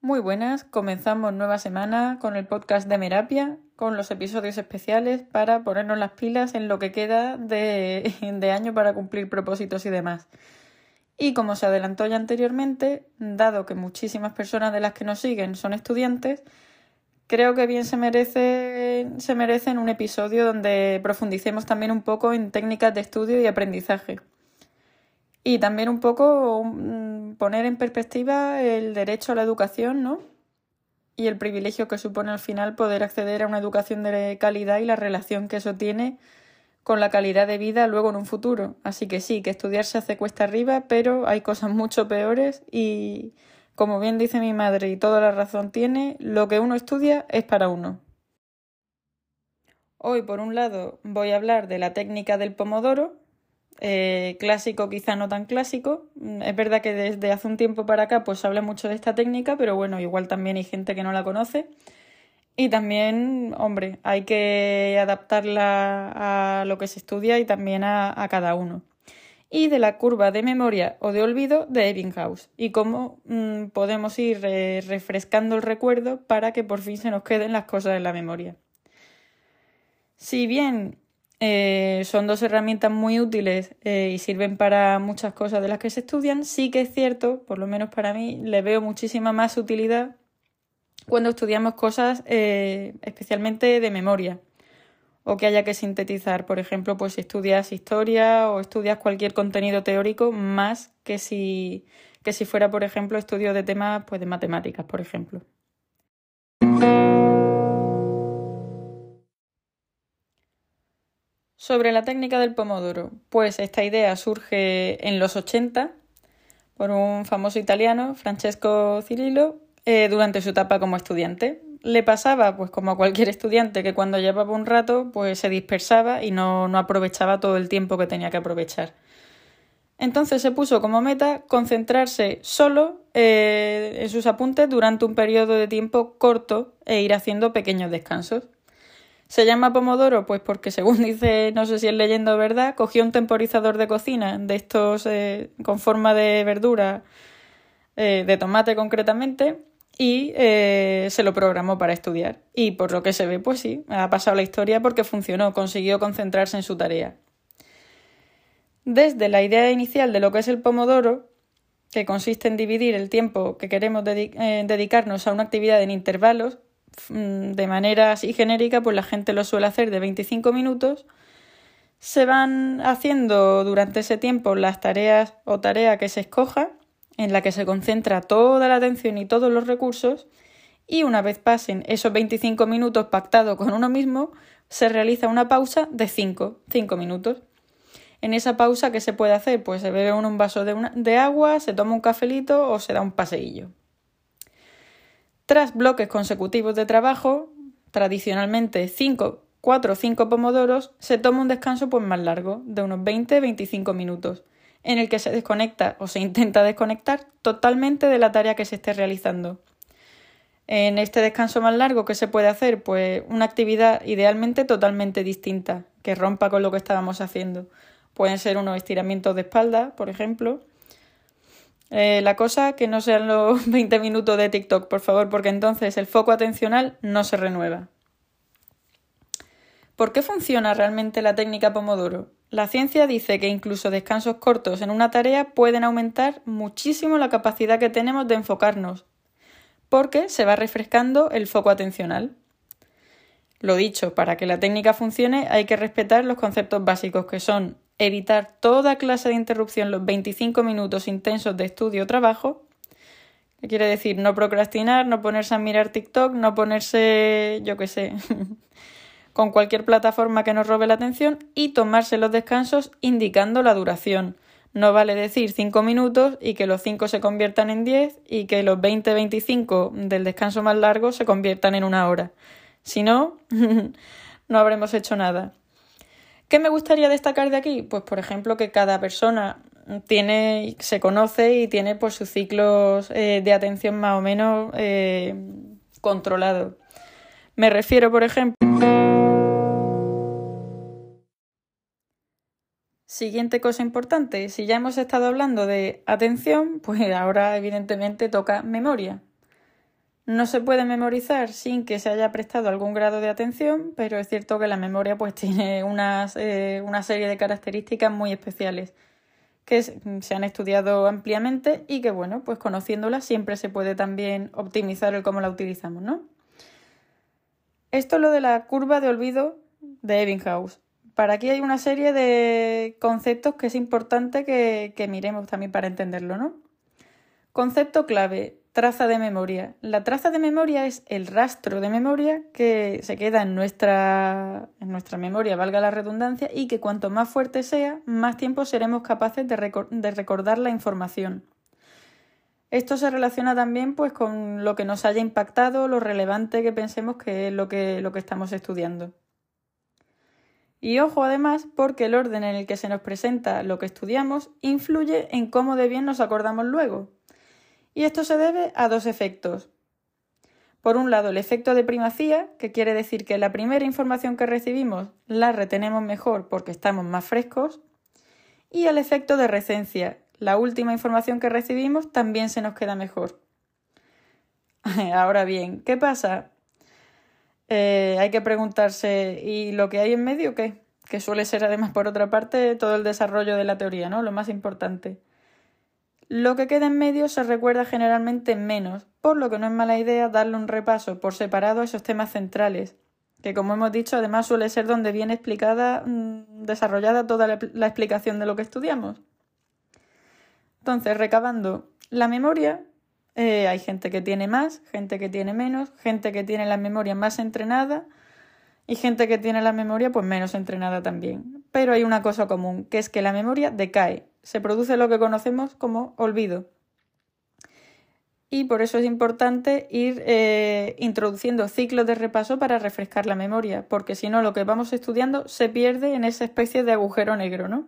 Muy buenas, comenzamos nueva semana con el podcast de Merapia, con los episodios especiales para ponernos las pilas en lo que queda de año para cumplir propósitos y demás. Y como se adelantó ya anteriormente, dado que muchísimas personas de las que nos siguen son estudiantes, creo que bien se merecen un episodio donde profundicemos también un poco en técnicas de estudio y aprendizaje. Y también un poco poner en perspectiva el derecho a la educación, ¿no? Y el privilegio que supone al final poder acceder a una educación de calidad y la relación que eso tiene con la calidad de vida luego en un futuro. Así que sí, que estudiar se hace cuesta arriba, pero hay cosas mucho peores y, como bien dice mi madre y toda la razón tiene, lo que uno estudia es para uno. Hoy, por un lado, voy a hablar de la técnica del pomodoro, clásico quizá no tan clásico. Es verdad que desde hace un tiempo para acá pues se habla mucho de esta técnica, pero bueno, igual también hay gente que no la conoce. Y también, hombre, hay que adaptarla a lo que se estudia y también a cada uno. Y de la curva de memoria o de olvido de Ebbinghaus y cómo podemos ir refrescando el recuerdo para que por fin se nos queden las cosas en la memoria. Si bien son dos herramientas muy útiles y sirven para muchas cosas de las que se estudian, sí que es cierto, por lo menos para mí, le veo muchísima más utilidad cuando estudiamos cosas especialmente de memoria o que haya que sintetizar. Por ejemplo, pues si estudias historia o estudias cualquier contenido teórico más que si fuera, por ejemplo, estudio de temas pues, de matemáticas, por ejemplo. Sobre la técnica del pomodoro, pues esta idea surge en los 80 por un famoso italiano, Francesco Cirillo, durante su etapa como estudiante. Le pasaba, pues como a cualquier estudiante, que cuando llevaba un rato, pues se dispersaba y no aprovechaba todo el tiempo que tenía que aprovechar. Entonces se puso como meta concentrarse solo en sus apuntes durante un periodo de tiempo corto e ir haciendo pequeños descansos. Se llama pomodoro pues porque, según dice, no sé si es leyenda o verdad, cogió un temporizador de cocina de estos con forma de verdura, de tomate concretamente, y se lo programó para estudiar. Y por lo que se ve, pues sí, ha pasado la historia porque funcionó, consiguió concentrarse en su tarea. Desde la idea inicial de lo que es el pomodoro, que consiste en dividir el tiempo que queremos dedicarnos a una actividad en intervalos, de manera así genérica, pues la gente lo suele hacer de 25 minutos. Se van haciendo durante ese tiempo las tareas o tarea que se escoja, en la que se concentra toda la atención y todos los recursos, y una vez pasen esos 25 minutos pactados con uno mismo, se realiza una pausa de 5 minutos. En esa pausa, ¿qué se puede hacer? Pues se bebe uno un vaso de agua, se toma un cafelito o se da un paseillo. Tras bloques consecutivos de trabajo, tradicionalmente 4 o 5 pomodoros, se toma un descanso pues más largo, de unos 20-25 minutos, en el que se desconecta o se intenta desconectar totalmente de la tarea que se esté realizando. En este descanso más largo, ¿qué se puede hacer? Pues una actividad idealmente totalmente distinta, que rompa con lo que estábamos haciendo. Pueden ser unos estiramientos de espalda, por ejemplo. La cosa que no sean los 20 minutos de TikTok, por favor, porque entonces el foco atencional no se renueva. ¿Por qué funciona realmente la técnica Pomodoro? La ciencia dice que incluso descansos cortos en una tarea pueden aumentar muchísimo la capacidad que tenemos de enfocarnos, porque se va refrescando el foco atencional. Lo dicho, para que la técnica funcione hay que respetar los conceptos básicos, que son evitar toda clase de interrupción los 25 minutos intensos de estudio o trabajo, que quiere decir no procrastinar, no ponerse a mirar TikTok, no ponerse, yo qué sé, con cualquier plataforma que nos robe la atención, y tomarse los descansos indicando la duración. No vale decir 5 minutos y que los 5 se conviertan en 10 y que los 20-25 del descanso más largo se conviertan en 1 hora. Si no, no habremos hecho nada. ¿Qué me gustaría destacar de aquí? Pues, por ejemplo, que cada persona se conoce y tiene pues, sus ciclos de atención más o menos controlados. Me refiero, por ejemplo... Siguiente cosa importante, si ya hemos estado hablando de atención, pues ahora evidentemente toca memoria. No se puede memorizar sin que se haya prestado algún grado de atención, pero es cierto que la memoria pues tiene una serie de características muy especiales que se han estudiado ampliamente y que, bueno, pues conociéndolas siempre se puede también optimizar el cómo la utilizamos, ¿no? Esto es lo de la curva de olvido de Ebbinghaus. Para aquí hay una serie de conceptos que es importante que miremos también para entenderlo, ¿no? Concepto clave, traza de memoria. La traza de memoria es el rastro de memoria que se queda en nuestra memoria, valga la redundancia, y que cuanto más fuerte sea, más tiempo seremos capaces de recordar la información. Esto se relaciona también pues, con lo que nos haya impactado, lo relevante que pensemos que es lo que estamos estudiando. Y ojo además porque el orden en el que se nos presenta lo que estudiamos influye en cómo de bien nos acordamos luego. Y esto se debe a dos efectos. Por un lado, el efecto de primacía, que quiere decir que la primera información que recibimos la retenemos mejor porque estamos más frescos, y el efecto de recencia, la última información que recibimos también se nos queda mejor. Ahora bien, ¿qué pasa? Hay que preguntarse, ¿y lo que hay en medio qué? Que suele ser además, por otra parte, todo el desarrollo de la teoría, ¿no? Lo más importante. Lo que queda en medio se recuerda generalmente menos, por lo que no es mala idea darle un repaso por separado a esos temas centrales, que como hemos dicho además suele ser donde viene desarrollada toda la explicación de lo que estudiamos. Entonces, recabando, la memoria, hay gente que tiene más, gente que tiene menos, gente que tiene la memoria más entrenada y gente que tiene la memoria pues menos entrenada también. Pero hay una cosa común, que es que la memoria decae. Se produce lo que conocemos como olvido. Y por eso es importante ir introduciendo ciclos de repaso para refrescar la memoria, porque si no lo que vamos estudiando se pierde en esa especie de agujero negro, ¿no?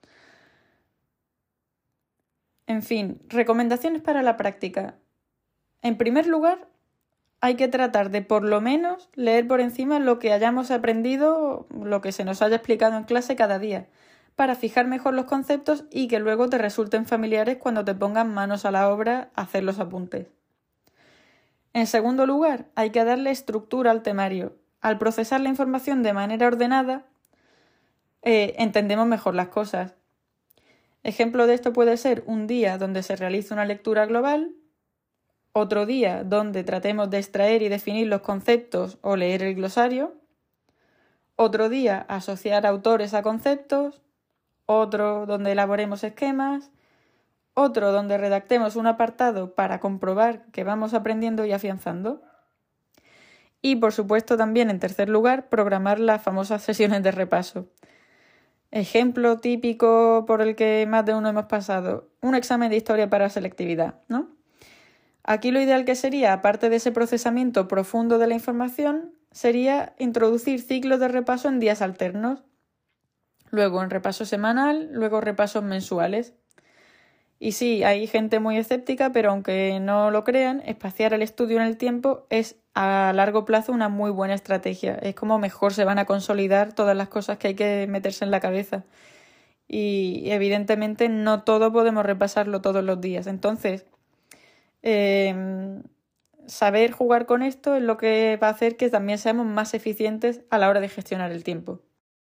En fin, recomendaciones para la práctica. En primer lugar, hay que tratar de por lo menos leer por encima lo que hayamos aprendido, lo que se nos haya explicado en clase cada día, para fijar mejor los conceptos y que luego te resulten familiares cuando te pongan manos a la obra a hacer los apuntes. En segundo lugar, hay que darle estructura al temario. Al procesar la información de manera ordenada, entendemos mejor las cosas. Ejemplo de esto puede ser un día donde se realiza una lectura global, otro día donde tratemos de extraer y definir los conceptos o leer el glosario, otro día asociar autores a conceptos, otro donde elaboremos esquemas, otro donde redactemos un apartado para comprobar que vamos aprendiendo y afianzando. Y, por supuesto, también, en tercer lugar, programar las famosas sesiones de repaso. Ejemplo típico por el que más de uno hemos pasado, un examen de historia para selectividad, ¿no? Aquí lo ideal que sería, aparte de ese procesamiento profundo de la información, sería introducir ciclos de repaso en días alternos, luego en repaso semanal, luego repasos mensuales. Y sí, hay gente muy escéptica, pero aunque no lo crean, espaciar el estudio en el tiempo es a largo plazo una muy buena estrategia. Es como mejor se van a consolidar todas las cosas que hay que meterse en la cabeza. Y evidentemente no todo podemos repasarlo todos los días. Entonces, saber jugar con esto es lo que va a hacer que también seamos más eficientes a la hora de gestionar el tiempo.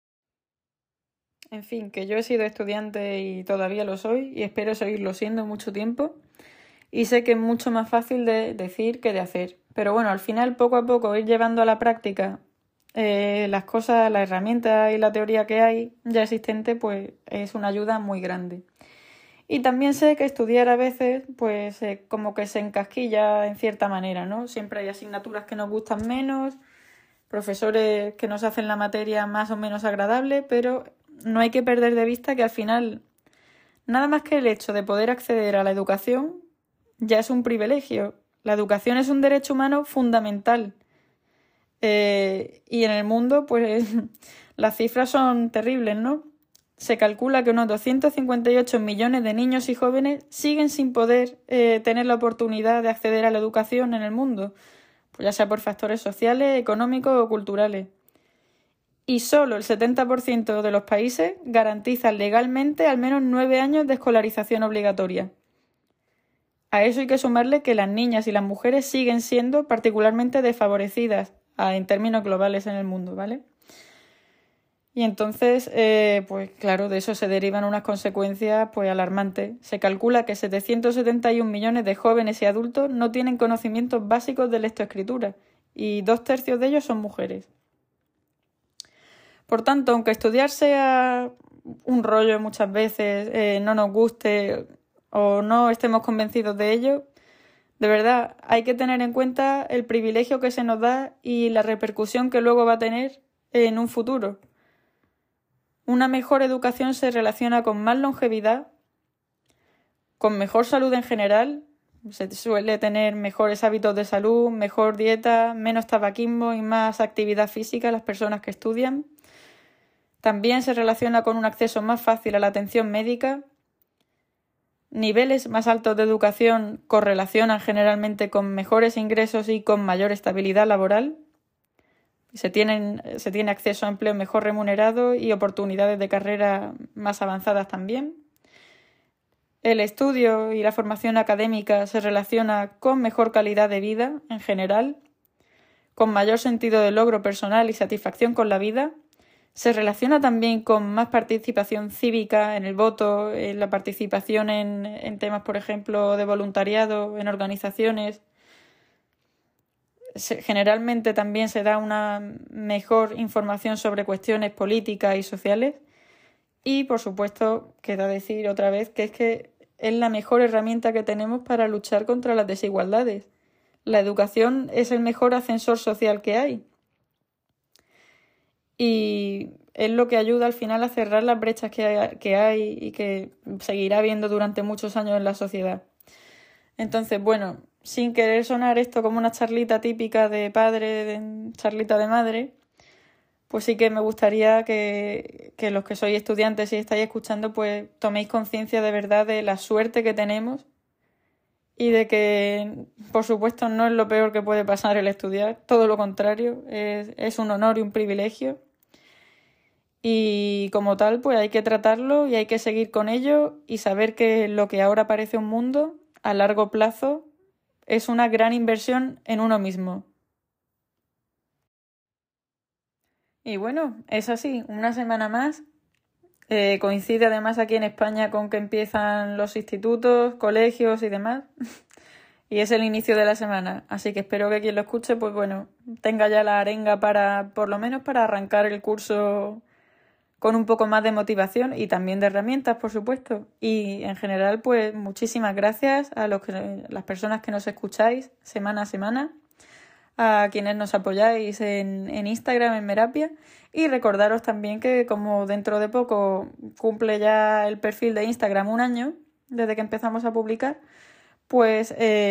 En fin, que yo he sido estudiante y todavía lo soy y espero seguirlo siendo mucho tiempo y sé que es mucho más fácil de decir que de hacer. Pero bueno, al final poco a poco ir llevando a la práctica las cosas, las herramientas y la teoría que hay ya existente pues es una ayuda muy grande. Y también sé que estudiar a veces pues como que se encasquilla en cierta manera, ¿no? Siempre hay asignaturas que nos gustan menos, profesores que nos hacen la materia más o menos agradable, pero no hay que perder de vista que al final nada más que el hecho de poder acceder a la educación ya es un privilegio. La educación es un derecho humano fundamental. Y en el mundo, pues las cifras son terribles, ¿no? Se calcula que unos 258 millones de niños y jóvenes siguen sin poder tener la oportunidad de acceder a la educación en el mundo, pues ya sea por factores sociales, económicos o culturales. Y solo el 70% de los países garantizan legalmente al menos 9 años de escolarización obligatoria. A eso hay que sumarle que las niñas y las mujeres siguen siendo particularmente desfavorecidas en términos globales en el mundo, ¿vale? Y entonces, pues claro, de eso se derivan unas consecuencias pues alarmantes. Se calcula que 771 millones de jóvenes y adultos no tienen conocimientos básicos de lectoescritura y 2/3 de ellos son mujeres. Por tanto, aunque estudiar sea un rollo muchas veces, no nos guste o no estemos convencidos de ello, de verdad hay que tener en cuenta el privilegio que se nos da y la repercusión que luego va a tener en un futuro. Una mejor educación se relaciona con más longevidad, con mejor salud en general, se suele tener mejores hábitos de salud, mejor dieta, menos tabaquismo y más actividad física en las personas que estudian. También se relaciona con un acceso más fácil a la atención médica. Niveles más altos de educación correlacionan generalmente con mejores ingresos y con mayor estabilidad laboral. Se tiene acceso a empleo mejor remunerado y oportunidades de carrera más avanzadas también. El estudio y la formación académica se relaciona con mejor calidad de vida en general, con mayor sentido de logro personal y satisfacción con la vida. Se relaciona también con más participación cívica en el voto, en la participación en temas, por ejemplo, de voluntariado, en organizaciones. Generalmente también se da una mejor información sobre cuestiones políticas y sociales. Y, por supuesto, queda decir otra vez que es la mejor herramienta que tenemos para luchar contra las desigualdades. La educación es el mejor ascensor social que hay. Y es lo que ayuda al final a cerrar las brechas que hay y que seguirá habiendo durante muchos años en la sociedad. Entonces, bueno, sin querer sonar esto como una charlita típica de padre, charlita de madre, pues sí que me gustaría que los que sois estudiantes y estáis escuchando, pues toméis conciencia de verdad de la suerte que tenemos y de que, por supuesto, no es lo peor que puede pasar el estudiar, todo lo contrario, es un honor y un privilegio. Y como tal, pues hay que tratarlo y hay que seguir con ello y saber que lo que ahora parece un mundo, a largo plazo, es una gran inversión en uno mismo. Y bueno, es así, una semana más. Coincide además aquí en España con que empiezan los institutos, colegios y demás. Y es el inicio de la semana. Así que espero que quien lo escuche, pues bueno, tenga ya la arenga para, por lo menos para arrancar el curso con un poco más de motivación y también de herramientas, por supuesto. Y en general, pues muchísimas gracias a las personas que nos escucháis semana a semana, a quienes nos apoyáis en Instagram, en Merapia. Y recordaros también que como dentro de poco cumple ya el perfil de Instagram 1 año, desde que empezamos a publicar, pues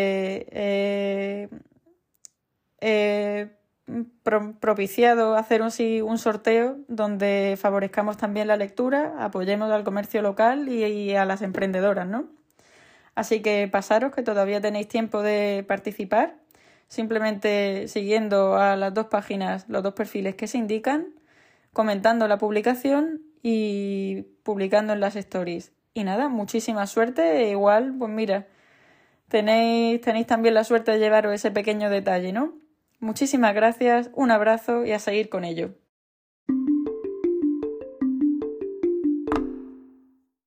propiciado hacer un sorteo donde favorezcamos también la lectura, apoyemos al comercio local y a las emprendedoras, ¿no? Así que pasaros que todavía tenéis tiempo de participar, simplemente siguiendo a las 2 páginas, los 2 perfiles que se indican, comentando la publicación y publicando en las stories. Y nada, muchísima suerte e igual, pues mira, tenéis también la suerte de llevaros ese pequeño detalle, ¿no? Muchísimas gracias, un abrazo y a seguir con ello.